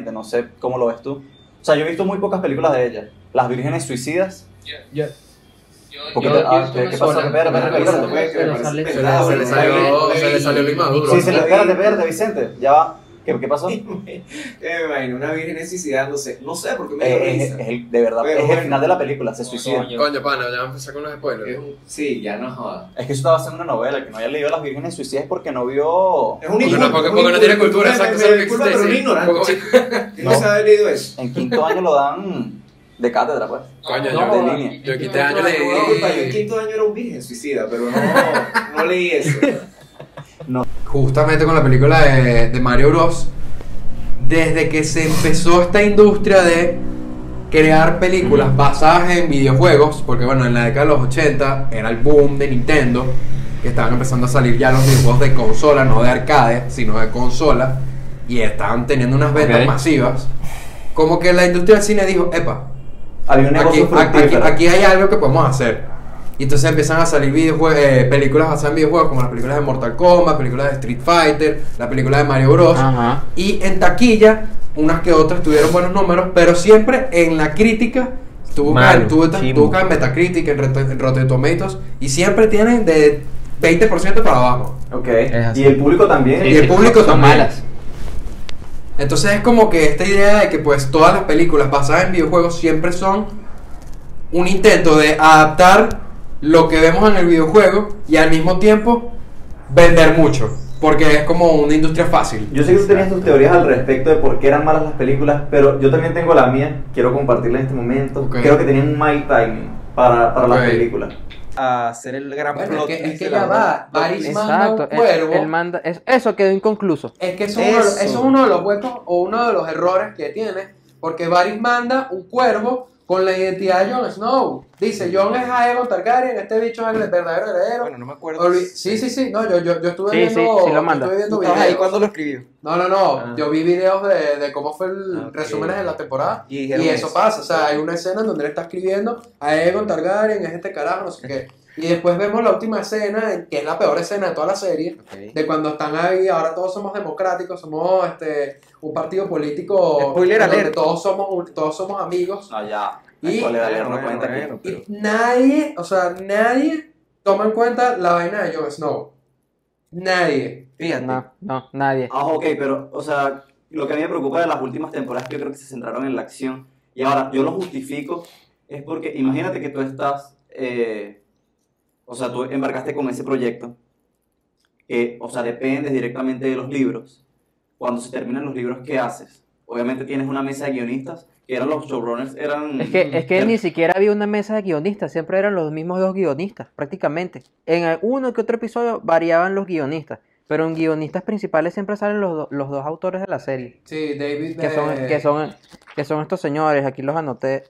actualmente, no sé cómo lo ves tú. O sea, yo he visto muy pocas películas de ella. Las Vírgenes Suicidas. Yo Porque he visto ¿qué una pasó? sola. Se le salió lo inmaduro. Sí, espérate, Vicente, ya va. ¿Qué pasó? Me imagino una virgen suicidándose. No sé, porque me dio risa. De verdad, Pero es el bueno. final de la película, se suicida. Coño, pana, ya vamos a empezar con los spoilers. Sí, ya no jodas. Es que eso estaba haciendo una novela, el que no haya leído Las Vírgenes Suicidas es porque no vio... Es un Porque no tiene cultura, exacto, eso es lo que disculpa, pero un existe, sí. ignorante. No se ha leído eso. En quinto año lo dan de cátedra, pues. Coño, No, de línea. yo quité año Disculpa, yo en leí. quinto año era un virgen suicida, pero no leí eso. Justamente con la película de Mario Bros. Desde que se empezó esta industria de crear películas basadas en videojuegos, porque bueno, en la década de los 80 era el boom de Nintendo, que estaban empezando a salir ya los videojuegos de consola, no de arcade, sino de consola, y estaban teniendo unas ventas masivas. Como que la industria del cine dijo, epa, Había un negocio fructífero. aquí hay algo que podemos hacer. Y entonces empiezan a salir películas basadas en videojuegos, como las películas de Mortal Kombat, películas de Street Fighter, la película de Mario Bros. Ajá. Y en taquilla, unas que otras tuvieron buenos números, pero siempre en la crítica, tú buscas en Metacritic, en Rotten Tomatoes, y siempre tienen de 20% para abajo. Ok, Es así. y el público también. Sí, Y el público son también. malas. Entonces es como que esta idea de que pues todas las películas basadas en videojuegos siempre son un intento de adaptar lo que vemos en el videojuego y al mismo tiempo vender mucho, porque es como una industria fácil. Yo sé que tú tenías tus teorías al respecto de por qué eran malas las películas, pero yo también tengo la mía, quiero compartirla en este momento. Ok. Creo que tenían un mal timing para las Ok. películas. A hacer el gran Bueno, plot. es que ya va, Varys manda Exacto. un cuervo. Él manda, eso quedó inconcluso. Es que eso Eso. eso es uno de los huecos o uno de los errores que tiene, porque Varys manda un cuervo con la identidad de Jon Snow. Dice, Jon es Aegon Targaryen, este bicho es el verdadero heredero. Bueno, no me acuerdo. Sí, no, yo estuve Sí, viendo, sí lo yo manda. estuve viendo ¿Tú videos. estabas ahí cuando lo escribió? No, yo vi videos de cómo fue el Ok. resúmenes de la temporada Y y dijeron eso pasa, o sea, hay una escena en donde él está escribiendo a Aegon Targaryen, es este carajo, no sé qué. Y después vemos la última escena, que es la peor escena de toda la serie, de cuando están ahí, ahora todos somos democráticos, somos un partido político Spoiler donde alert. todos somos amigos. Ah, ya. Y- No cuenta aquí. Y nadie toma en cuenta la vaina de Jon Snow. Nadie. Fíjate. No, nadie. Ah, ok, pero, o sea, lo que a mí me preocupa de las últimas temporadas, que yo creo que se centraron en la acción. Y ahora, yo lo justifico, es porque imagínate que tú estás, o sea, tú embarcaste con ese proyecto, o sea, dependes directamente de los libros. Cuando se terminan los libros, ¿qué haces? Obviamente tienes una mesa de guionistas, que eran los showrunners, eran... Es que ni siquiera había una mesa de guionistas, siempre eran los mismos dos guionistas, prácticamente. En uno que otro episodio variaban los guionistas, pero en guionistas principales siempre salen los dos autores de la serie, Sí, David. que son estos señores, aquí los anoté.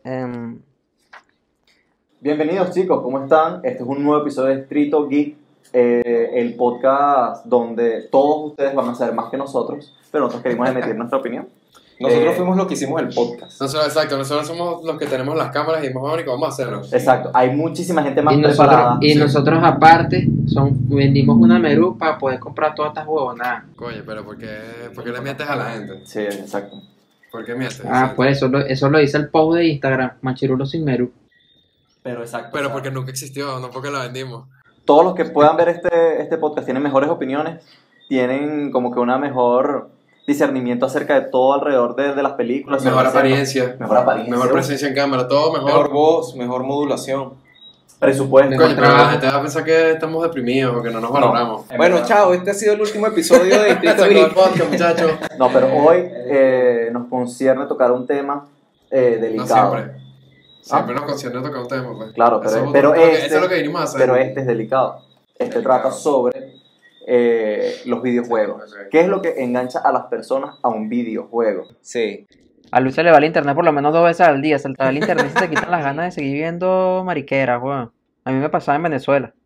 Bienvenidos chicos, ¿cómo están? Este es un nuevo episodio de Distrito Geek, el podcast donde todos ustedes van a saber más que nosotros, pero nosotros queremos emitir nuestra opinión. Nosotros fuimos los que hicimos el podcast. Nosotros somos los que tenemos las cámaras y dijimos, bueno, vamos a hacerlo. Exacto, hay muchísima gente más Y preparada. nosotros aparte vendimos una Merú para poder comprar todas estas huevonadas. Coño, pero ¿por qué le mientes a la gente? Sí, exacto. ¿Por qué mientes? Pues eso lo dice el post de Instagram, Machirulo sin Merú. Pero exacto. Pero o sea, porque nunca existió, no porque la vendimos. todos los que puedan ver este podcast tienen mejores opiniones, tienen como que una mejor discernimiento acerca de todo alrededor de las películas. Mejor apariencia. Mejor apariencia. Mejor presencia en cámara, todo Mejor mejor. voz, mejor modulación. Presupuesto. Coño, pero la gente va a pensar que estamos deprimidos o que no nos valoramos. En Bueno, verdad. chao, este ha sido el último episodio de Se acabó el podcast, muchachos. No, pero hoy nos concierne tocar un tema No delicado. siempre. Siempre nos concierne tocar un tema, pues. Claro, pero eso es lo que vinimos a hacer. pero este es delicado. Este trata sobre los videojuegos. Ok. ¿Qué es lo que engancha a las personas a un videojuego? Sí. A Luis se le va el internet por lo menos 2 veces al día. Se le va el internet y se quitan las ganas de seguir viendo mariqueras, weón. A mí me pasaba en Venezuela.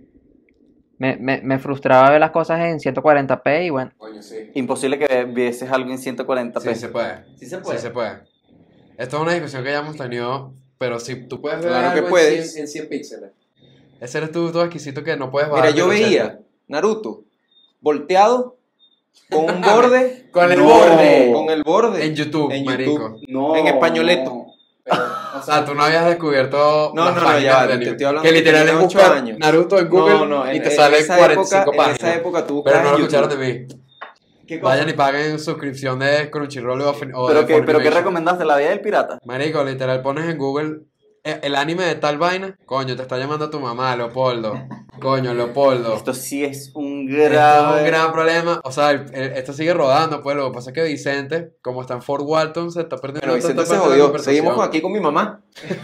Me frustraba ver las cosas en 140p y bueno. Coño, sí. Imposible que vieses algo en 140p. Sí se puede. Sí se Sí se puede. Esto es una discusión que ya hemos tenido, pero si tú puedes ver Claro que algo puedes. en 100 píxeles. Ese eres tú todo exquisito que no puedes bajar. Mira, yo veía Naruto volteado Con un borde. Con el No. borde. Con el borde. En YouTube, En marico. YouTube. No. En españoleto. O sea, tú no habías descubierto No, las no, páginas ya, de te anime. estoy hablando que que literal es tenía 8 buscar años. Naruto en Google No, y te sale esa 45 época, páginas. En esa época tú Pero buscabas no lo en escucharon YouTube. de mí. ¿Qué cosa? Vayan y paguen suscripción de Crunchyroll o de ¿Pero qué Funimation. recomendaste? ¿La vida del pirata? Marico, literal pones en Google el anime de tal vaina. Coño, te está llamando tu mamá, Leopoldo. Coño, Leopoldo. Esto sí es un Esto es grave... un gran problema. O sea, esto sigue rodando, pues. Lo que pasa es que Vicente, como está en Fort Walton, se está perdiendo Bueno, Vicente tanta se parte de la jodió. conversación. Seguimos aquí con mi mamá.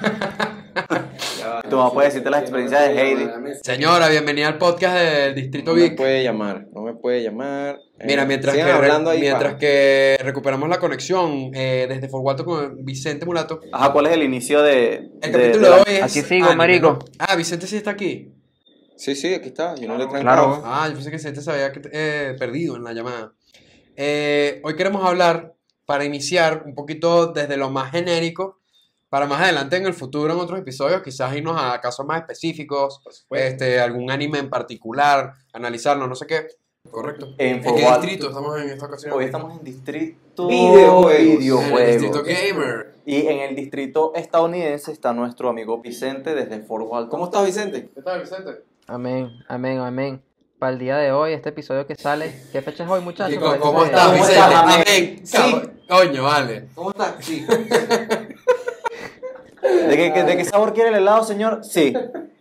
Tu mamá puede decirte las experiencias de Heidi. Señora, bienvenida al podcast del Distrito No me Vic. puede llamar. No me puede llamar. Mira, mientras, sigan hablando ahí, mientras pa. que recuperamos la conexión desde Fort Walton con Vicente Mulato, Ajá, ¿cuál es el inicio de...? el capítulo de hoy es Aquí sigo, anime, marico. ¿no? Ah, Vicente sí está aquí. Sí, aquí está. Yo no le he trancado. Claro. Ah, yo pensé que Vicente se había perdido en la llamada. Hoy queremos hablar, para iniciar, un poquito desde lo más genérico, para más adelante en el futuro, en otros episodios, quizás irnos a casos más específicos, algún anime en particular, analizarlo, no sé qué. Correcto. En ¿En Fort qué Walton. distrito estamos en esta ocasión? Hoy estamos en distrito... Videojuegos. En el Videojuegos. distrito gamer. Y en el distrito estadounidense está nuestro amigo Vicente desde Fort Walton. ¿Cómo estás, Vicente? ¿Qué tal, Vicente? Amén, amén, amén. Para el día de hoy, este episodio que sale. ¿Qué fecha es hoy, muchachos? Chico, ¿cómo estás, ¿Cómo Vicente? estás? Amén. Sí. Coño, vale. ¿Cómo estás? Sí. ¿De qué sabor quiere el helado, señor? Sí.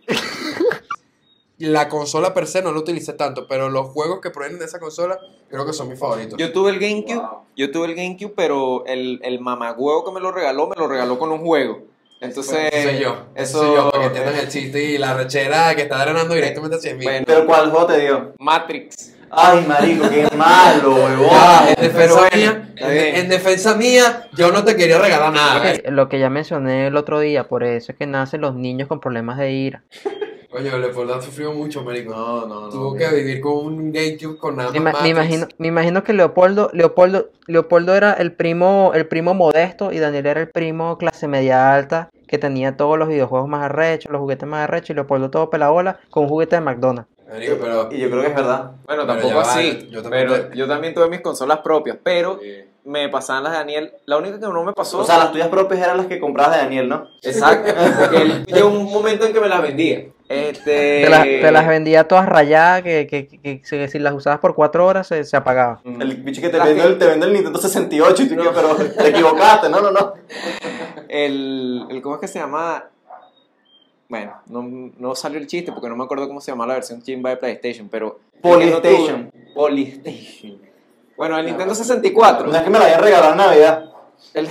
La consola per se no la utilicé tanto, pero los juegos que provienen de esa consola creo que son mis favoritos. Yo tuve el GameCube, pero el mamagüevo que me lo regaló con un juego. Entonces, soy yo. eso Soy yo, para que entiendan el chiste y la rechera que está drenando directamente hacia mí. Bueno. ¿Pero cuál juego te dio? Matrix. Ay, marico, qué malo, huevón. Ya, en defensa Pero bueno, mía, está bien. en defensa mía, yo no te quería regalar nada. Lo que ya mencioné el otro día, por eso es que nacen los niños con problemas de ira. Coño, Leopoldo ha sufrido mucho, marico. No. Tuvo que vivir con un GameCube con nada más Me imagino que Leopoldo era el primo modesto y Daniel era el primo clase media alta que tenía todos los videojuegos más arrechos, los juguetes más arrechos y Leopoldo todo pelabola con un juguete de McDonald's. Marico, pero... Y yo creo que es verdad. Bueno, Pero tampoco ya va, así. yo también Pero te- yo también tuve mis consolas propias, pero me pasaban las de Daniel. La única que no me pasó. O sea, las tuyas propias eran las que comprabas de Daniel, ¿no? Exacto. Porque él llegó un momento en que me las vendía. Te las vendía todas rayadas que si las usabas por 4 horas se apagaba. El bicho que te vende el Nintendo 68 y tú, pero te equivocaste, no. ¿Cómo es que se llama? Bueno, no salió el chiste porque no me acuerdo cómo se llama la versión chimba de PlayStation, pero... Polystation. Polystation. Bueno, el Nintendo 64. No es que me la hayan regalado en Navidad. El-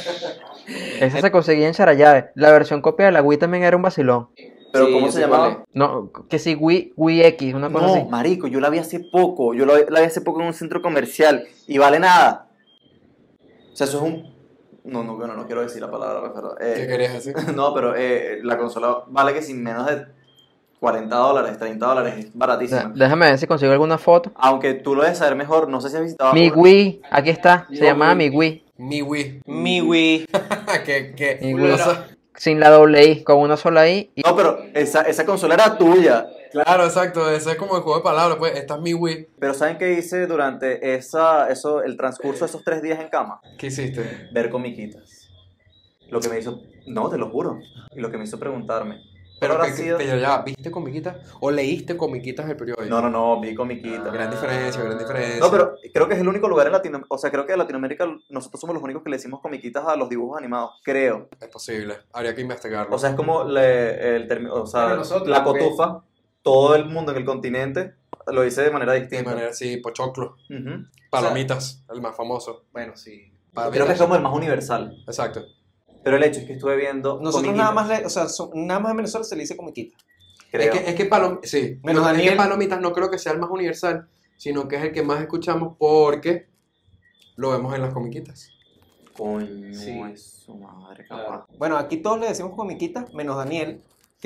Esa se conseguía en Charallave. La versión copia de la Wii también era un vacilón. Pero Sí, ¿cómo yo se sé cuál llamaba? No, que sí, Wii X, una cosa No, así. marico, yo la vi hace poco. Yo la vi hace poco en un centro comercial y vale nada. O sea, eso es un... Bueno, no quiero decir la palabra, pero... ¿Qué querías decir? No, pero la consola vale que sin menos de $40, $30, es baratísima. Déjame ver si consigo alguna foto. Aunque tú lo debes saber mejor, no sé si has visitado... Mi Wii, aquí está, se llamaba Mi Wii. Mi Wii. Mi Wii. que Mi Wii. Sin la doble I, con una sola I. Y No, pero esa consola era tuya. Claro, exacto, ese es como el juego de palabras, pues, esta es mi Wii. Pero ¿saben qué hice durante el transcurso de esos 3 días en cama? ¿Qué hiciste? Ver comiquitas. Lo que me hizo... No, te lo juro. Y lo que me hizo preguntarme... Pero habrá que, sido? pero ya, ¿viste comiquitas o leíste comiquitas del periódico? No, vi comiquitas. Gran diferencia, gran diferencia. No, pero creo que es el único lugar en Latinoamérica, o sea, creo que en Latinoamérica nosotros somos los únicos que le decimos comiquitas a los dibujos animados, creo. Es posible, habría que investigarlo. O sea, es como el término, o sea, Pero nosotros, la ¿qué? cotufa, todo el mundo en el continente lo dice de manera de distinta. manera así, pochoclo, Ujú. palomitas, el más famoso. Bueno, sí. Creo que es como el más universal. Exacto. Pero el hecho es que estuve viendo Nosotros comiquitas, nada más en Venezuela se le dice comiquita. creo. Es que sí. Menos Es que Daniel. palomitas no creo que sea el más universal, sino que es el que más escuchamos porque lo vemos en las comiquitas. Coño, Sí. es su madre, capaz. Bueno, aquí todos le decimos comiquita, menos Daniel,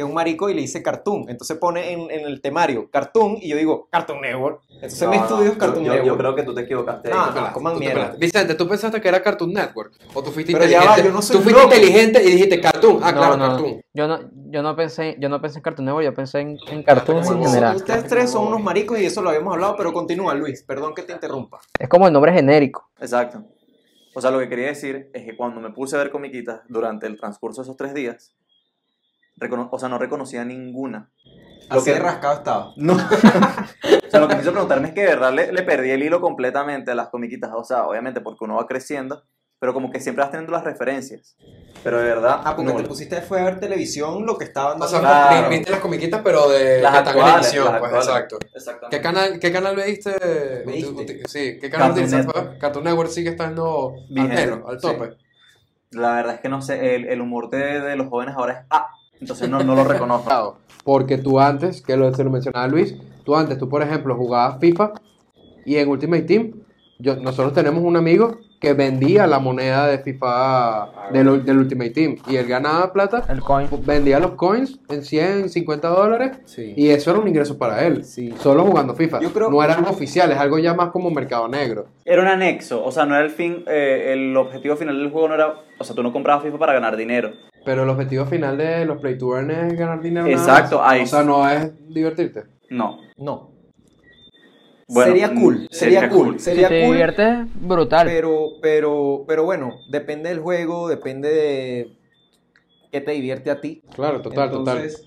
que es un marico y le dice Cartoon. Entonces pone en el temario Cartoon y yo digo Cartoon Network. Entonces mi estudio es Cartoon yo Network. creo que tú te equivocaste ahí. Ah, coman Tú te mierda. pelaste. Vicente, ¿tú pensaste que era Cartoon Network? ¿O tú fuiste Pero ya inteligente? va, yo no soy Tú fuiste loco. inteligente y dijiste Cartoon. Ah, claro, no, Cartoon. yo no pensé en Cartoon Network, yo pensé en Cartoons en Sí, general. Ustedes tres son unos maricos y eso lo habíamos hablado, pero continúa, Luis. Perdón que te interrumpa. Es como el nombre genérico. Exacto. O sea, lo que quería decir es que cuando me puse a ver comiquitas durante el transcurso de esos 3 días, o sea, no reconocía ninguna. Así de rascado estaba. No. O sea, lo que me hizo preguntarme es que de verdad le perdí el hilo completamente a las comiquitas. O sea, obviamente porque uno va creciendo, pero como que siempre vas teniendo las referencias. Pero de verdad, Ah, porque no. te pusiste fue a ver televisión lo que estaban O dando. sea, Claro. viste las comiquitas, pero de Las que están en actuales, edición, las pues, actuales. exacto. Exactamente. ¿Qué canal veiste? ¿Veiste? Sí, ¿qué canal Cartoon utilizas? Network. Cartoon Network sigue estando al Vigente, pelo, al sí. tope. La verdad es que no sé, el humor de los jóvenes ahora es entonces no lo reconozco. Claro, porque tú antes, se lo mencionaba Luis, tú por ejemplo jugabas FIFA y en Ultimate Team, nosotros tenemos un amigo que vendía la moneda de FIFA del Ultimate Team y él ganaba plata, El coin. vendía los coins en 100, $50 Sí. y eso era un ingreso para él, Sí. solo jugando FIFA. Yo creo- No era algo oficial, es algo ya más como mercado negro. Era un anexo, o sea, no era el fin, el objetivo final del juego no era, o sea, tú no comprabas FIFA para ganar dinero. Pero el objetivo final de los Play to Earn es ganar dinero. nada Exacto, más. ahí O sea, no es divertirte. No. No. Bueno, sería cool, sería cool, Si sería te cool. diviertes, brutal. Pero bueno, depende del juego, depende de qué te divierte a ti. Claro, total. Entonces,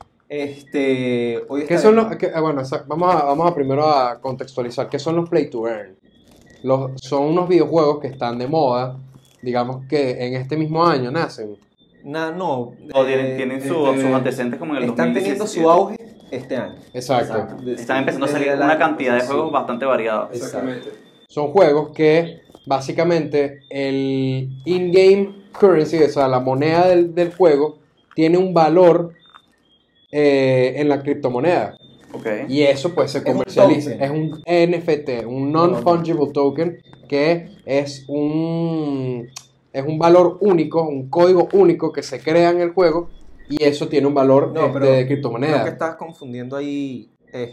hoy ¿Qué son los, bueno, vamos a primero a contextualizar. ¿Qué son los Play to Earn? Son unos videojuegos que están de moda, digamos que en este mismo año nacen. No, O tienen sus antecedentes como en el están 2017. teniendo su auge este año. Exacto. Están empezando a salir Desde el una año cantidad de pasado, juegos sí. bastante variados. Exactamente. Son juegos que básicamente el in-game currency, o sea, la moneda del juego, tiene un valor en la criptomoneda. Ok. Y eso pues se un comercializa. token. Es un NFT, un non-fungible token, que es un valor único, un código único que se crea en el juego y eso tiene un valor No, pero de creo que criptomoneda. estás confundiendo ahí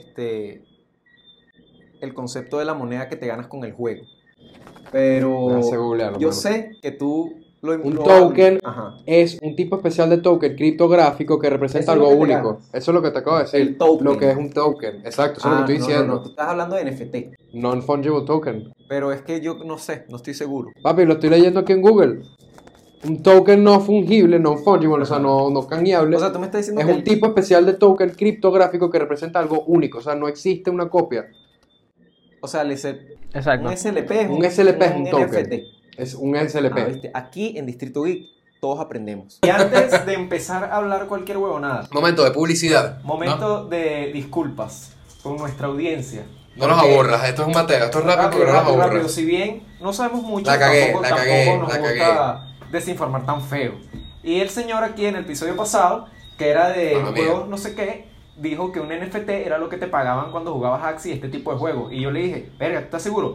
el concepto de la moneda que te ganas con el juego. Pero Déjame googlearlo, yo mano. sé que tú Un lo token Ajá. es un tipo especial de token criptográfico que representa Eso es lo algo que te único. ganas. Eso es lo que te acabo de decir. El token. Lo que es un token. Exacto, eso es lo que estoy diciendo. No, tú estás hablando de NFT. Non-fungible token. Pero es que yo no sé, no estoy seguro. Papi, lo estoy leyendo aquí en Google. Un token no fungible, non-fungible, o sea, no cambiable. O sea, tú me estás diciendo Es que un tipo especial de token criptográfico que representa algo único. O sea, no existe una copia. o sea, un Exacto. SLP es Un SLP es un token. NFT. Es un SLP. ¿Viste? Aquí en Distrito Geek todos aprendemos. Y antes de empezar a hablar cualquier huevonada, Momento de publicidad. momento de disculpas con nuestra audiencia. No nos Porque- aburras, esto es un Mateo, esto es rápido porque no nos rápido. aburras. Si bien no sabemos mucho, La cagué, tampoco, la cagué, tampoco nos la gusta desinformar tan feo. Y el señor aquí en el episodio pasado, que era de Mamma mía. juegos no sé qué, dijo que un NFT era lo que te pagaban cuando jugabas Axie, este tipo de juegos. Y yo le dije, verga, ¿estás seguro?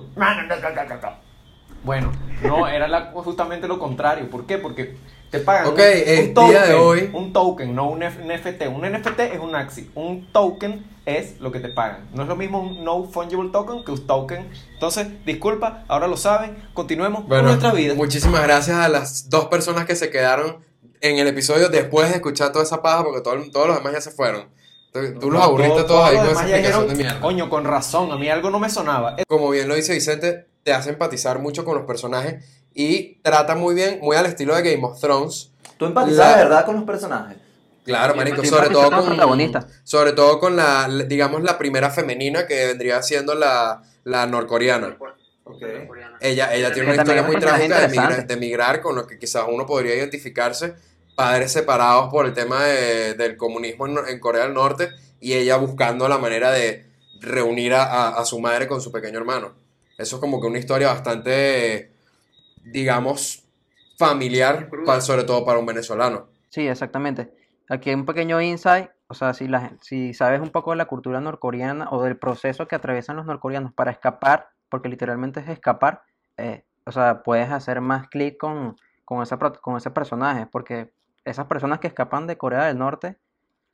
Bueno, no, era justamente lo contrario. ¿Por qué? Porque te pagan Ok, el día de hoy- un token, no un NFT. Un NFT es un Axie. Un token es lo que te pagan. No es lo mismo un no fungible token que un token. Entonces, disculpa, ahora lo saben. Continuemos con nuestra vida. Muchísimas gracias a las 2 personas que se quedaron en el episodio después de escuchar toda esa paja porque todos los demás ya se fueron. Tú los aburriste todos ahí los con esa demás ya explicación de dijeron, mierda. coño, con razón, a mí algo no me sonaba. Como bien lo dice Vicente, te hace empatizar mucho con los personajes y trata muy bien, muy al estilo de Game of Thrones. ¿Tú empatizas de verdad con los personajes? Claro, Sí, marico, sí, sobre todo con los protagonistas. sobre todo con digamos, la primera femenina que vendría siendo la norcoreana. Ok. Ella tiene Que una también historia es un muy personaje trágica interesante. de migrar, con lo que quizás uno podría identificarse, padres separados por el tema del comunismo en Corea del Norte y ella buscando la manera de reunir a su madre con su pequeño hermano. Eso es como que una historia bastante, digamos, familiar, sobre todo para un venezolano. Sí, exactamente. Aquí hay un pequeño insight, o sea, si sabes un poco de la cultura norcoreana o del proceso que atraviesan los norcoreanos para escapar, porque literalmente es escapar, o sea, puedes hacer más clic con ese personaje, porque esas personas que escapan de Corea del Norte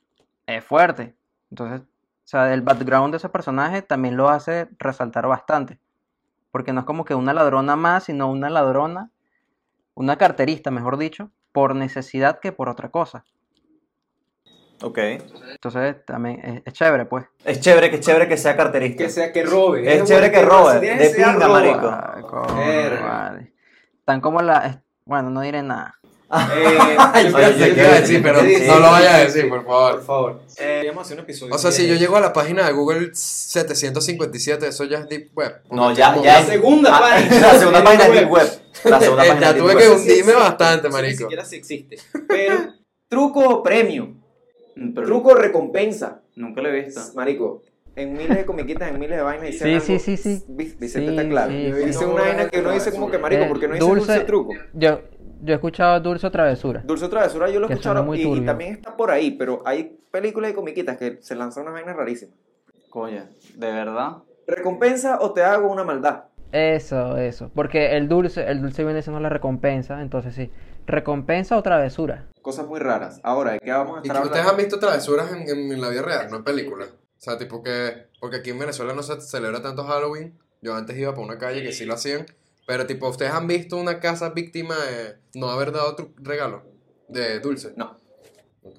es fuerte. Entonces, o sea, el background de ese personaje también lo hace resaltar bastante. Porque no es como que una ladrona más, sino una ladrona, una carterista, mejor dicho, por necesidad que por otra cosa. Ok. Entonces, también es chévere, pues. Es chévere que sea carterista. Que sea que robe. Es chévere que robe. Si tienes De esa idea, pinga, roba. marico. Ay, coño, Verga. vale. Tan como bueno, no diré nada. Yo Oye, sé yo qué iba a decir, pero sí, no sí, lo vayas a sí, decir, sí. por favor. Por favor. Vamos a hacer un episodio. O sea, si yo llego a la página de Google 757, eso ya es Deep Web. No, Porque ya como- es. segunda página. La segunda página es Deep Web. La segunda página Ya es Deep tuve Web. que hundirme bastante, Ni marico. siquiera si existe. Pero, truco o premio. Pero Truco o recompensa. nunca lo he visto. Marico, en miles de comiquitas, en miles de vainas dice Sí, algo. sí. Vicente Sí, está claro. sí, Dice sí. una vaina que uno dice como que, marico, ¿por qué no dice dulce truco? Yo he escuchado dulce o travesura. Dulce o travesura yo lo he Que escuchado suena muy y turbio. también está por ahí, pero hay películas de comiquitas que se lanzan unas vainas rarísimas. Coño, ¿de verdad? ¿Recompensa o te hago una maldad? Eso. Porque el dulce viene siendo la recompensa, entonces sí. Recompensa o travesura. Cosas muy raras. Ahora, ¿de qué vamos a ¿Y estar que ustedes hablando? han visto travesuras en la vida real, no en películas? O sea, tipo que... Porque aquí en Venezuela no se celebra tanto Halloween. Yo antes iba por una calle que sí lo hacían. Pero tipo, ¿ustedes han visto una casa víctima de no haber dado otro regalo? De dulce. No. Ok.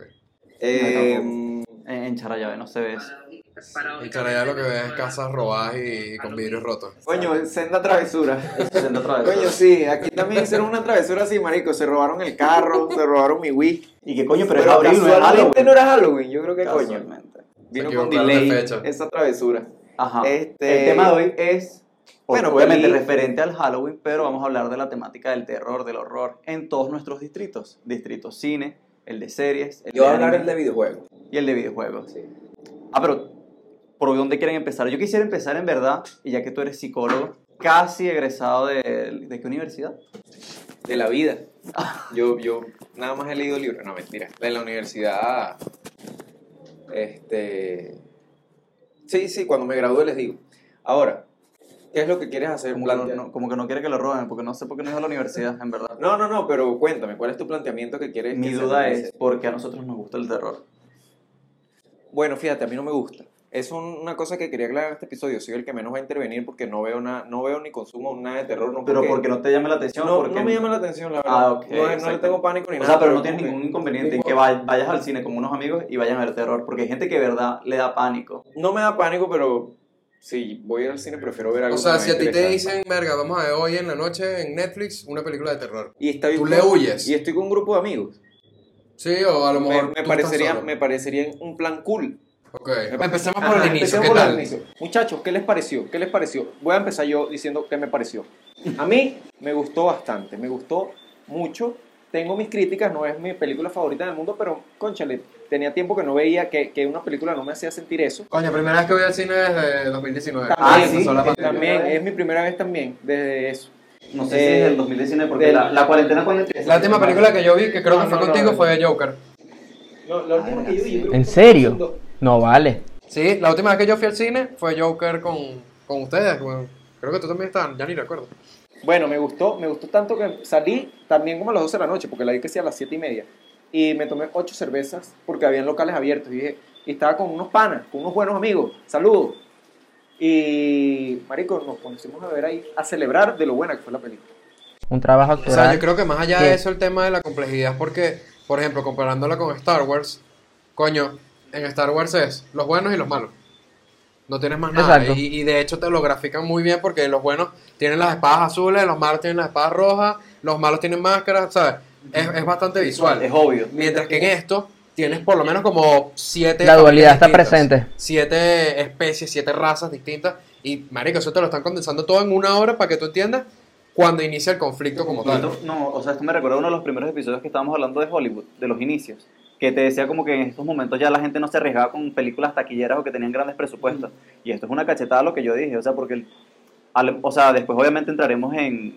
En Charallave no se ve eso. Y Charallá lo que ve es casas robadas y con vidrios rotos. Coño, senda travesura. Haciendo otra vez. Coño, sí, aquí también hicieron una travesura así, marico. Se robaron el carro, se robaron mi Wii. ¿Y qué coño? Pero es Pero abril, no es casualmente Halloween. no era Halloween, yo creo que coño. Casualmente. Vino Se con equivocaron de delay fecha. esa travesura. Ajá. Este- El tema de hoy es, Bueno, obviamente, peli- referente al Halloween, pero vamos a hablar de la temática del terror, del horror, en todos nuestros distritos. Distrito cine, el de series, el Yo voy a de hablar anime el de videojuegos. y el de videojuegos. Ah, pero, ¿por dónde quieren empezar? Yo quisiera empezar en verdad, y ya que tú eres psicólogo, casi egresado ¿de qué universidad? De la vida. Yo nada más he leído libros. No, mentira. De la universidad. Sí, cuando me gradúe les digo. Ahora, ¿qué es lo que quieres hacer? Como que no quiere que lo roben, porque no sé por qué no iba a la universidad, en verdad. No, pero cuéntame, ¿cuál es tu planteamiento que quieres? Mi que se duda realice? es, ¿por qué a nosotros nos gusta el terror? Bueno, fíjate, a mí no me gusta. Es una cosa que quería aclarar en este episodio. Soy el que menos va a intervenir porque no veo ni consumo nada de terror. No, Pero porque no te llama la atención. no, porque no me llama la atención, la verdad. Ah, ok, no le exacto. tengo pánico ni O nada. sea, pero no tienes como ningún que- inconveniente en que vayas al cine con unos amigos y vayan a ver terror, porque hay gente que de verdad le da pánico. No me da pánico, pero si voy a ir al cine prefiero ver algo O sea, que me si a ti te interesa. dicen, verga, vamos a ver hoy en la noche en Netflix una película de terror. Y estoy ¿Tú le huyes? Y estoy con un grupo de amigos. Sí, o a lo Me, mejor me tú parecería, estás solo. me parecería un plan cool. Ok, empecemos por Ajá, el inicio, empecemos ¿qué por tal? el inicio. Muchachos, ¿qué les pareció? ¿Qué les pareció? Voy a empezar yo diciendo qué me pareció. A mí me gustó bastante, me gustó mucho. Tengo mis críticas, no es mi película favorita del mundo, pero, cónchale, tenía tiempo que no veía que una película no me hacía sentir eso. Coño, primera vez que voy al cine desde 2019. También, sí, empezó la pandemia. también, es mi primera vez también, desde eso. No sé si es del 2019, porque del- la cuarentena cuando empieza. La última película que yo vi, que creo No, que fue no, contigo, no. fue Joker. La última que yo vi, yo creo que ¿En fue serio? haciendo- No vale. Sí, la última vez que yo fui al cine fue Joker con ustedes. Bueno, creo que tú también estabas, ya ni recuerdo. Bueno, me gustó tanto que salí también como a las 12 de la noche, porque la vi que sí a las 7:30. Y me tomé 8 cervezas porque habían locales abiertos. Y estaba con unos panas, con unos buenos amigos. Saludos. Y, marico, nos pusimos a ver ahí, a celebrar de lo buena que fue la película. Un trabajo O sea, actoral. yo creo que más allá ¿Qué? de eso, el tema de la complejidad, porque, por ejemplo, comparándola con Star Wars, coño, en Star Wars es los buenos y los malos. No tienes más nada. Exacto. Y de hecho te lo grafican muy bien porque los buenos tienen las espadas azules, los malos tienen las espadas rojas, los malos tienen máscaras, ¿sabes? Es bastante visual. Es obvio. Mientras que en esto tienes por lo menos como 7 La dualidad está familias distintas, presente. 7 especies, 7 razas distintas. Y, marico, eso te lo están condensando todo en una hora para que tú entiendas cuando inicia el conflicto como tal. No, o sea, esto me recuerda a uno de los primeros episodios que estábamos hablando de Hollywood, de los inicios, que te decía como que en estos momentos ya la gente no se arriesgaba con películas taquilleras o que tenían grandes presupuestos. Y esto es una cachetada a lo que yo dije, o sea, porque, o sea, después obviamente entraremos en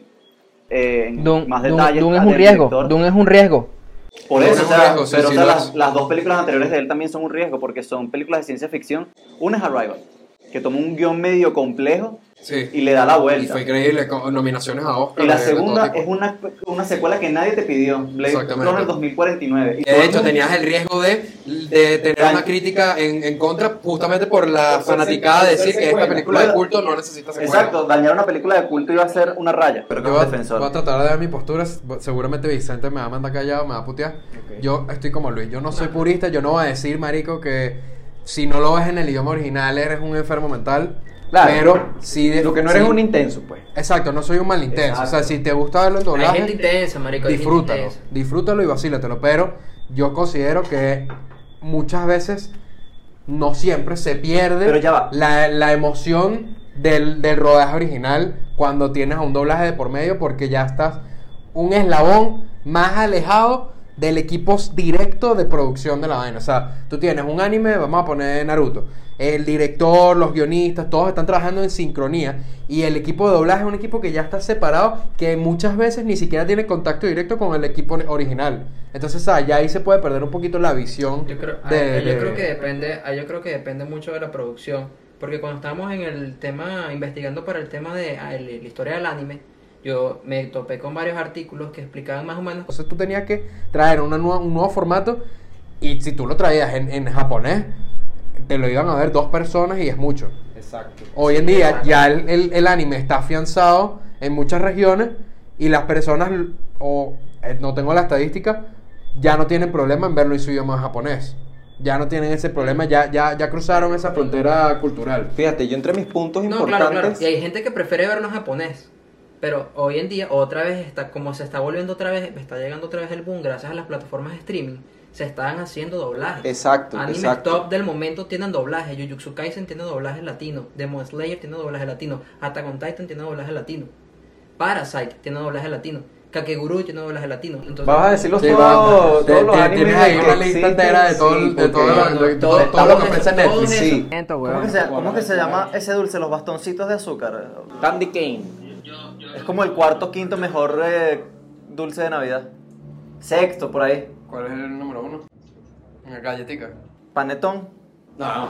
más detalles. Dune es del un riesgo. director. Dune es un riesgo. Por Dune eso, es o un sea, riesgo, sí, pero sí o sea, lo las, es. las dos películas anteriores de él también son un riesgo porque son películas de ciencia ficción. Una es Arrival, que toma un guión medio complejo Sí. y le da la Y vuelta. fue increíble, con nominaciones a Oscar. Y la de todo segunda tipo. es una secuela que nadie te pidió, Blade Exactamente. Runner 2049. Y Que todo de el hecho mundo- tenías el riesgo de tener una crítica en contra justamente por la fanaticada de decir que esta película de culto no necesita secuela. Exacto, dañar una película de culto iba a ser una raya, pero Yo como voy defensor. a tratar de dar mi postura. Seguramente Vicente me va a mandar callado, me va a putear. Ok. Yo estoy como Luis. Yo no soy purista. Yo no voy a decir, marico, que si no lo ves en el idioma original eres un enfermo mental. Claro. Pero si Lo que no si- eres un intenso, pues. Exacto, no soy un mal intenso. Exacto. O sea, si te gusta verlo en Hay doblaje, gente intensa, marico. hay gente disfrútalo. intensa. Disfrútalo y vacílatelo. Pero yo considero que muchas veces, no siempre, se pierde Pero ya va. la emoción del rodaje original cuando tienes a un doblaje de por medio, porque ya estás un eslabón más alejado del equipo directo de producción de la vaina. O sea, tú tienes un anime, vamos a poner Naruto. El director, los guionistas, todos están trabajando en sincronía. Y el equipo de doblaje es un equipo que ya está separado, que muchas veces ni siquiera tiene contacto directo con el equipo original. Entonces, ya ahí se puede perder un poquito la visión. Yo creo, de- yo creo que depende, yo creo que depende mucho de la producción, porque cuando estábamos en el tema, investigando para el tema de la historia del anime, yo me topé con varios artículos que explicaban más o menos. Entonces tú tenías que traer un nuevo formato, y si tú lo traías en japonés, te lo iban a ver 2 personas y es mucho. Exacto. Hoy en día ya el anime está afianzado en muchas regiones y las personas, no tengo la estadística, ya no tienen problema en verlo en su idioma japonés. Ya no tienen ese problema, ya cruzaron esa frontera cultural. Fíjate, yo entre mis puntos No, claro, claro. importantes. Y hay gente que prefiere verlo en japonés. Pero hoy en día, otra vez está, como se está volviendo otra vez, está llegando otra vez el boom gracias a las plataformas de streaming, se están haciendo doblajes. Exacto, Animes exacto. top del momento tienen doblaje. Jujutsu Kaisen tiene doblaje latino. Demon Slayer tiene doblaje latino. Attack on Titan tiene doblaje latino. Parasite tiene doblaje latino. Kakegurui tiene doblaje latino. Entonces, Vas a decirlos Sí, todos tienes los animes ahí que una lista existen, entera de todo, sí, de todo, porque- todo lo que ofrece Netflix. Sí. ¿Cómo que se llama ese dulce, los bastoncitos de azúcar? Candy cane. Es como el cuarto, quinto mejor dulce de Navidad. Sexto, por ahí. ¿Cuál es el número 1? Una galletica. Panetón. No,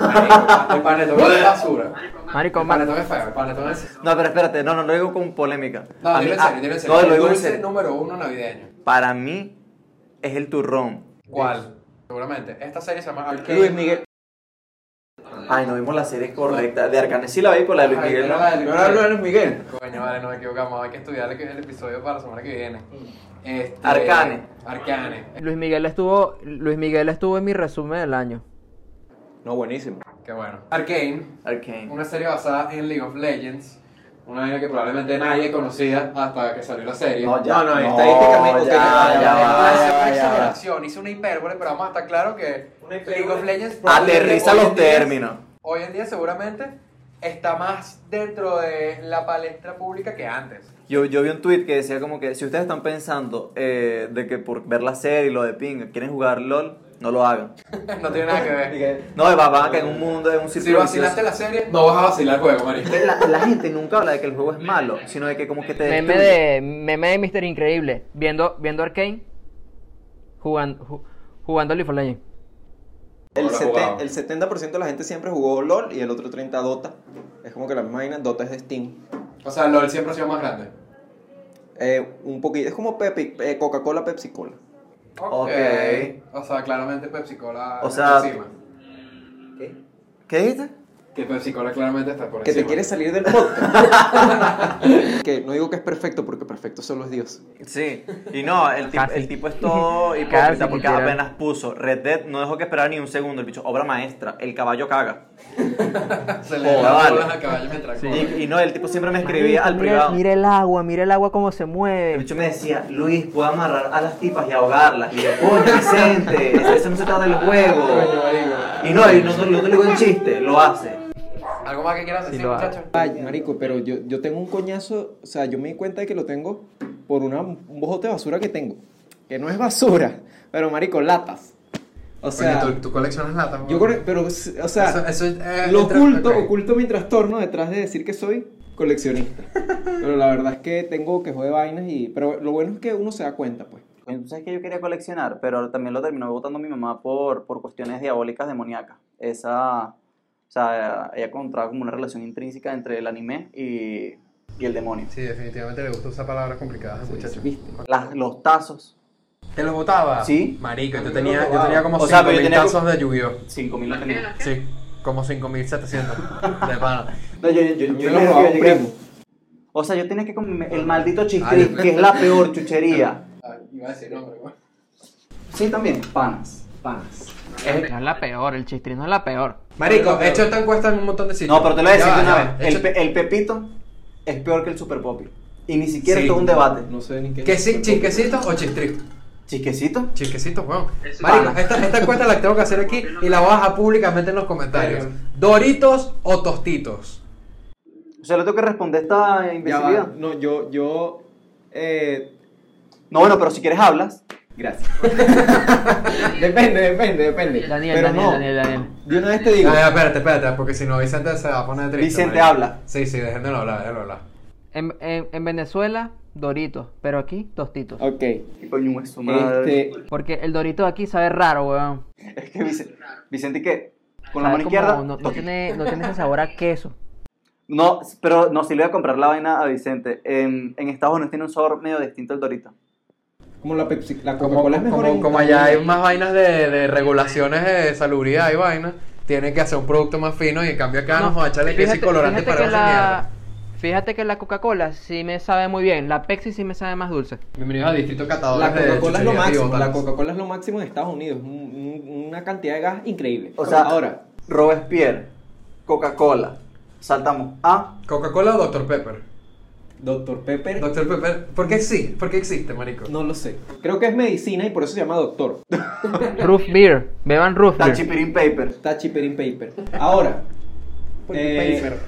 el panetón es basura. Marico, El panetón es feo, el panetón es... No, pero espérate, no lo digo con polémica. No, A dile mí- en serio, dile en serio. No, lo El digo en dulce serio. número 1 navideño. Para mí es el turrón. ¿Cuál? Seguramente. Esta serie se llama Arcane. Luis Miguel. Ay, no vimos la serie correcta. De Arcane sí la vi, por la de Luis Ay, Miguel. era no. la de ¿No era Luis Miguel? Coño, vale, nos equivocamos. Hay que estudiar el episodio para la semana que viene. Arcane. Arcane. Luis Miguel estuvo en mi resumen del año. No, buenísimo. Qué bueno. Arcane. Arcane. Una serie basada en League of Legends. Una vaina que probablemente nadie conocía hasta que salió la serie. No, ya. No, estadísticamente, ya, ok, ya, va, Hice una ya. exageración, hice una hipérbole, pero vamos a estar claro que League of Legends Aterriza hoy en los día- términos. Hoy en día seguramente está más dentro de la palestra pública que antes. Yo vi un tweet que decía como que si ustedes están pensando de que por ver la serie y lo de Ping quieren jugar LOL, no lo hagan. No tiene nada que ver. No, van a caer en un mundo, en un Si círculo vacilaste vicioso. la serie, no vas a vacilar el juego, marico. La gente nunca habla de que el juego es malo, sino de que como que te Meme destruye. de Mr. Increíble, viendo Arcane, jugando League of Legends. El, No lo he jugado. el 70% de la gente siempre jugó LOL y el otro 30% Dota. Es como que la misma vaina, Dota es de Steam. O sea, LOL siempre ha sido más grande. Un poquito, es como Coca-Cola, Pepsi-Cola. Ok. O sea, claramente Pepsi Cola O sea, está encima. ¿Qué dijiste? Que Pepsi Cola claramente está por Que te encima. quieres salir del podcast. Que no digo que es perfecto porque perfecto solo es Dios. Sí, y no, el tipo es todo Casi, hipócrita porque literal. apenas puso Red Dead, no dejó que esperar ni un segundo, el bicho, obra maestra, el caballo caga. Se le Joder, da vale. bolas al caballo mientras come. Y no, el tipo siempre me escribía al privado. Mira el agua cómo se El mueve. bicho me decía, Luis, puedo amarrar a las tipas y ahogarlas. Y yo, coño, Vicente, eso no se trata del juego. Coño, marico. Y no te lo digo en chiste, lo hace. ¿Algo más que quieras decir, lo hago. muchachos? Ay, marico, pero yo tengo un coñazo, o sea, yo me di cuenta de que lo tengo por un bojote de basura que tengo. Que no es basura, pero marico, latas. O sea, Oye, ¿tú coleccionas latas? yo pero, o sea, Eso, lo entra- ok. oculto mi trastorno detrás de decir que soy coleccionista. Pero la verdad es que tengo que joder vainas pero lo bueno es que uno se da cuenta, pues. Coño, tú sabes que yo quería coleccionar, pero también lo terminó votando mi mamá por cuestiones diabólicas demoníacas. Esa O sea, ella encontraba como una relación intrínseca entre el anime y el demonio. Sí, definitivamente le gusta usar palabras complicadas al muchacho. ¿Viste? Los tazos, ¿Te los botaba? Sí. Marico, yo tenía como O sea, pero yo 5.000 tenía tazos de Yu-Gi-Oh! 5.000 los tenía. Sí, como 5.700 de pana. No, yo Me lo robaba un primo. O sea, yo tenía que comer el maldito chistris, que es la peor chuchería. Iba a decir nombre, güey. Sí, también, panas. No es la peor, el chistrín no es la peor. Marico, he hecho esta encuesta en un montón de sitios. No, pero te lo voy a decir Ya de una va, vez. ya va. El pepito es peor que el super popi. Y ni siquiera Sí. esto es un debate. No sé ni qué. ¿Qué sí, chisquecitos o chistris? ¿Chisquecito? Chisquecitos, weón. Marico, esta encuesta la tengo que hacer aquí y la voy a dejar públicamente en los comentarios. ¿Doritos o tostitos? O sea, le tengo que responder esta Ya imbecilidad. va. No, yo. No, bueno, pero si quieres hablas. Gracias. depende. Daniel, Pero Daniel, no. Daniel. De una vez te digo. Espérate, porque si no Vicente se va a poner triste. Vicente marico. habla. Sí, déjenmelo hablar. En Venezuela, Doritos, pero aquí, Tostitos. Ok. ¿Qué coño es su madre? Porque el Dorito de aquí sabe raro, weón. Es que Vicente, ¿qué? Con la Sabe mano como- izquierda. no tiene ese sabor a queso. No, pero no, si le voy a comprar la vaina a Vicente. En Estados Unidos tiene un sabor medio distinto al Dorito. Como la Pepsi, la Como, Coca-Cola es mejor. como allá hay más vainas de regulaciones de salubridad y vainas, tienen que hacer un producto más fino y en cambio acá nos vamos a echarle queso y colorante para esa mierda. Fíjate que la Coca-Cola sí me sabe muy bien, la Pepsi sí me sabe más dulce. Bienvenidos a Distrito Catadores La Coca-Cola es lo Chucherías y máximo. Botanas. La Coca-Cola es lo máximo en Estados Unidos. Una cantidad de gas increíble. O sea, ahora, Robespierre, Coca-Cola. Saltamos a. ¿Coca-Cola o Dr. Pepper? Dr. Pepper. Dr. Pepper, ¿por qué sí? ¿Por qué existe, marico? No lo sé. Creo que es medicina y por eso se llama doctor. Root beer, beban root beer. Tachipirin Paper. Tachiperin Paper. Ahora. Pepper.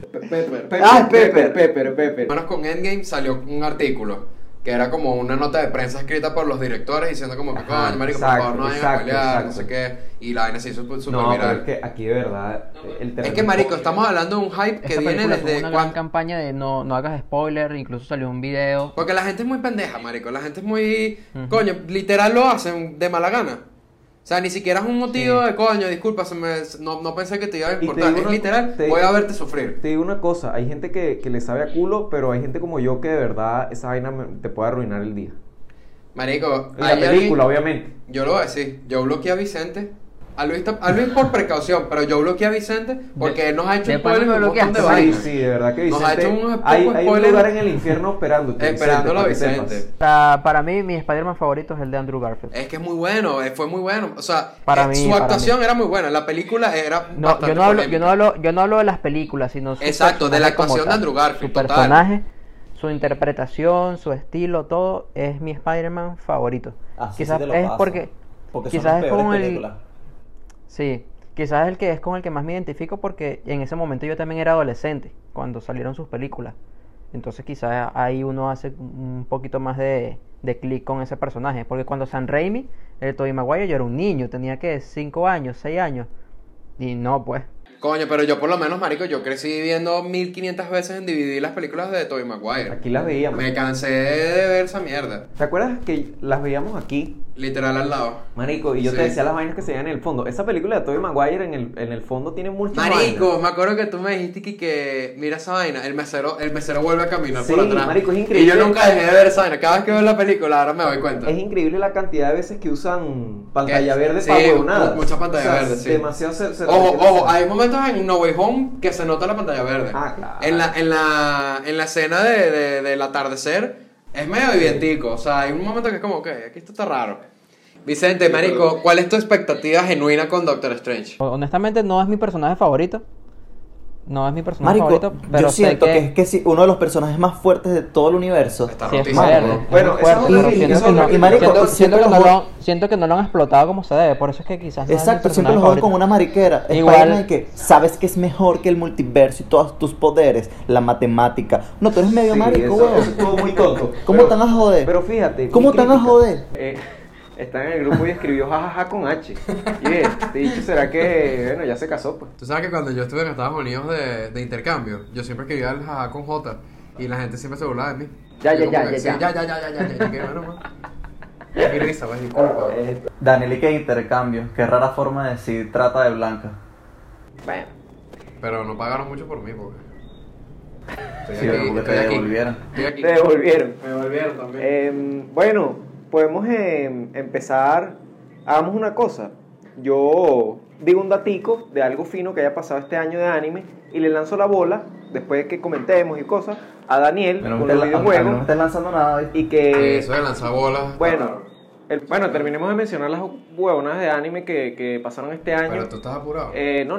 Pepper. Menos con Endgame salió un artículo que era como una nota de prensa escrita por los directores diciendo como que Ajá, coño, marico, exacto, por favor no vayan a exacto, pelear, no exacto. sé qué, y la vaina se hizo súper No, pero viral. es que aquí de verdad el Es terreno que marico, estamos hablando de un hype que Esa viene película tuvo desde una gran cuando... campaña de no hagas spoiler, incluso salió un video. Porque la gente es muy pendeja, marico, la gente es muy... Ujú. Coño, literal lo hacen de mala gana. O sea, ni siquiera es un motivo Sí. de coño, disculpa, no pensé que te iba a te importar. digo Es una- literal, te- voy a verte sufrir. Te digo una cosa, hay gente que le sabe a culo, pero hay gente como yo que de verdad esa vaina te puede arruinar el día. Marico, La hay película, alguien- obviamente. Yo lo voy a decir, yo bloqueé a Vicente. A Luis por precaución, pero yo bloqueé a Vicente porque él nos ha hecho de spoilers pana un me montón de bloqueaste, Sí, vainas. sí, de verdad que Nos ha Vicente. hecho unos Hay pocos un spoilers. lugar en el infierno esperándote. Esperándolo a Vicente, para que Vicente. sepas. Para mí, mi Spider-Man favorito es el de Andrew Garfield. Es que es muy bueno, fue muy bueno. O sea, Para mí, su para actuación era muy buena. La película era No, bastante yo no hablo, polémica. yo no hablo de las películas, sino su Exacto, de la personaje como actuación de tal. Andrew Garfield, Su total. personaje, su interpretación, su estilo, todo es mi Spider-Man favorito. Así Quizás sí te lo es paso. porque Porque quizás son las es peores como el- películas. sí, quizás el que es con el que más me identifico porque en ese momento yo también era adolescente cuando salieron sus películas. Entonces quizás ahí uno hace un poquito más de clic con ese personaje. Porque cuando Sam Raimi, el Tobey Maguire, yo era un niño, tenía que 5 años, 6 años. Y no, pues. Coño, pero yo por lo menos, marico, yo crecí viendo 1500 veces en DVD las películas de Tobey Maguire. Aquí las veíamos. Me cansé de ver esa mierda. ¿Te acuerdas que las veíamos aquí, Literal al lado. marico? Y yo Sí. te decía las vainas que se veían en el fondo. Esa película de Tobey Maguire en el fondo tiene muchas Marico, vainas. me acuerdo que tú me dijiste que mira esa vaina, el mesero vuelve a caminar Sí, por atrás. marico, es Y increíble. yo nunca dejé de ver esa vaina. Cada vez que veo la película, ahora me doy cuenta. Es increíble la cantidad de veces que usan pantalla Que- verde sí, para huevonadas. mucha pantalla O sea, verde, sí. Demasiado se Ojo, hay momentos en No Way Home que se nota la pantalla verde. Ah, claro. En la escena del atardecer es medio evidentico. O sea, hay un momento que es como, ok, aquí esto está raro. Vicente, marico, ¿cuál es tu expectativa genuina con Doctor Strange? Honestamente no es mi personaje favorito. No es mi personaje Marico, favorito, pero yo sé siento que es que sí, uno de los personajes más fuertes de todo el universo. Está sí es rotísimo. fuerte, ¿no? es Bueno, muy esa es fuerte, otra pero crítica, siento esa que es no- otra Y marico, siento siempre que los no juegos- siento que no lo han explotado como se debe, por eso es que quizás no es mi Exacto, siempre personaje lo juegan favorito. con una mariquera. Igual- Spider-Man que sabes que es mejor que el multiverso y todos tus poderes, la matemática. No, tú eres medio Sí, marico, eso weón. estuvo muy tonto. ¿Cómo te van a joder? Pero fíjate. ¿Cómo mi te van a crítica, joder? Está en el grupo y escribió jajaja con H. Y este dicho será que, bueno, ya se casó, pues. Tú sabes que cuando yo estuve en Estados Unidos de intercambio, yo siempre escribía el jaja con J y la gente siempre se burlaba de mí. Ya, Yo ya, como ya, que, ya, sí, ya. ya, que bueno, man. Es mi risa, pues, disculpa. Daniel, ¿y qué intercambio? Qué rara forma de decir trata de blanca. Bueno, Pero no pagaron mucho por mí porque... Sí, porque te devolvieron. Estoy aquí. Te devolvieron. Me devolvieron también. Bueno, podemos empezar. Hagamos una cosa. Yo digo un datico de algo fino que haya pasado este año de anime y le lanzo la bola, después de que comentemos y cosas, a Daniel Pero con no los me videojuegos. estás lanzando nada, ¿viste? Y que, Eso de lanzar bolas. bueno, terminemos de mencionar las huevonas de anime que pasaron este año. Pero tú estás apurado. No.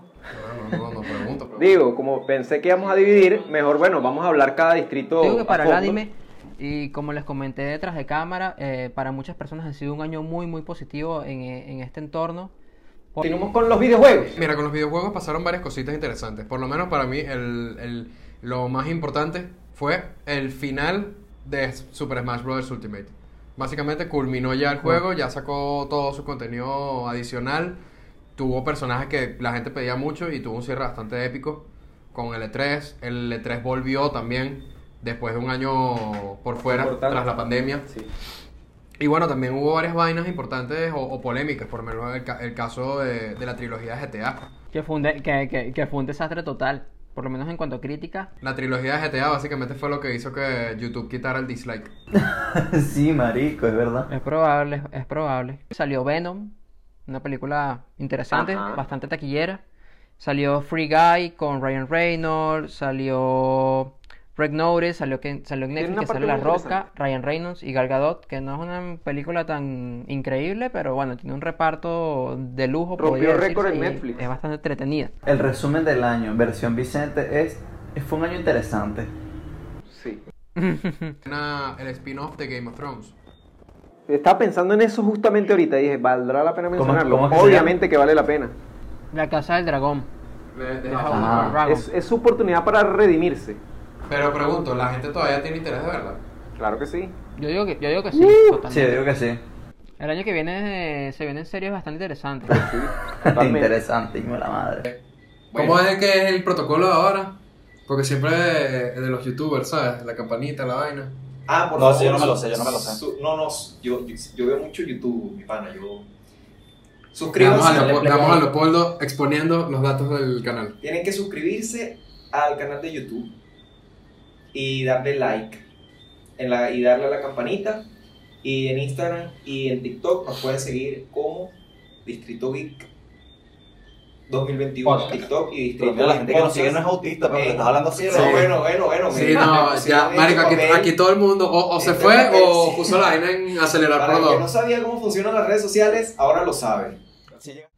No pregunto. Digo, como pensé que íbamos a dividir, mejor, bueno, vamos a hablar cada distrito. Digo que a para el fondo. anime, y como les comenté detrás de cámara, para muchas personas ha sido un año muy, muy positivo en este entorno. Continuamos con los videojuegos. Mira, con los videojuegos pasaron varias cositas interesantes. Por lo menos para mí, lo más importante fue el final de Super Smash Bros. Ultimate. Básicamente culminó ya el juego, ya sacó todo su contenido adicional. Tuvo personajes que la gente pedía mucho y tuvo un cierre bastante épico con el E3. El E3 volvió también después de un año por fuera, Importante. tras la pandemia. Sí. Y bueno, también hubo varias vainas importantes o polémicas, por lo menos el caso de la trilogía de GTA. Que fue un desastre total, por lo menos en cuanto a crítica. La trilogía de GTA básicamente fue lo que hizo que YouTube quitara el dislike. Sí, marico, es verdad. Es probable. Salió Venom, una película interesante, Ajá. bastante taquillera. Salió Free Guy con Ryan Reynolds, salió Red Notice, salió en una Netflix, que parte sale La muy Roca, interesante. Ryan Reynolds y Gal Gadot, que no es una película tan increíble, pero bueno, tiene un reparto de lujo. Rompió podría récord en decirse, y Netflix. Es bastante entretenida. El resumen del año, versión Vicente, fue un año interesante. Sí. El spin-off de Game of Thrones. Estaba pensando en eso justamente ahorita. Dije, ¿valdrá la pena mencionarlo? cómo es que se Obviamente que vale la pena. La Casa del Dragón. De House House of of Ah. Cards. Dragon. Es su oportunidad para redimirse. Pero pregunto, ¿la gente todavía tiene interés de verla? Claro que sí. Yo digo que sí, Sí, totalmente. yo digo que sí. El año que viene se vienen series bastante interesantes. Totalmente. Interesante, hijo de la madre. ¿Cómo es que es el protocolo de ahora? Porque siempre de los youtubers, ¿sabes? La campanita, la vaina. Ah, por No, favor. sí, yo no me lo sé, yo no me lo sé. Yo veo mucho YouTube, mi pana. Yo. Veamos Suscríbanse. a Leopoldo exponiendo los datos del canal. Tienen que suscribirse al canal de YouTube y darle like y darle a la campanita. Y en Instagram y en TikTok nos pueden seguir como Distrito Geek 2021. Podcast. TikTok y Pero Distrito mira, la Geek gente que nos Podcast. sigue no es autista, pero te estás hablando así de Sí, la bueno. Sí, no, ya, marico, aquí todo el mundo o se Este fue papel, o sí. puso la vaina en acelerar Para por el que dos. no sabía cómo funcionan las redes sociales, ahora lo sabe. Sí, llega-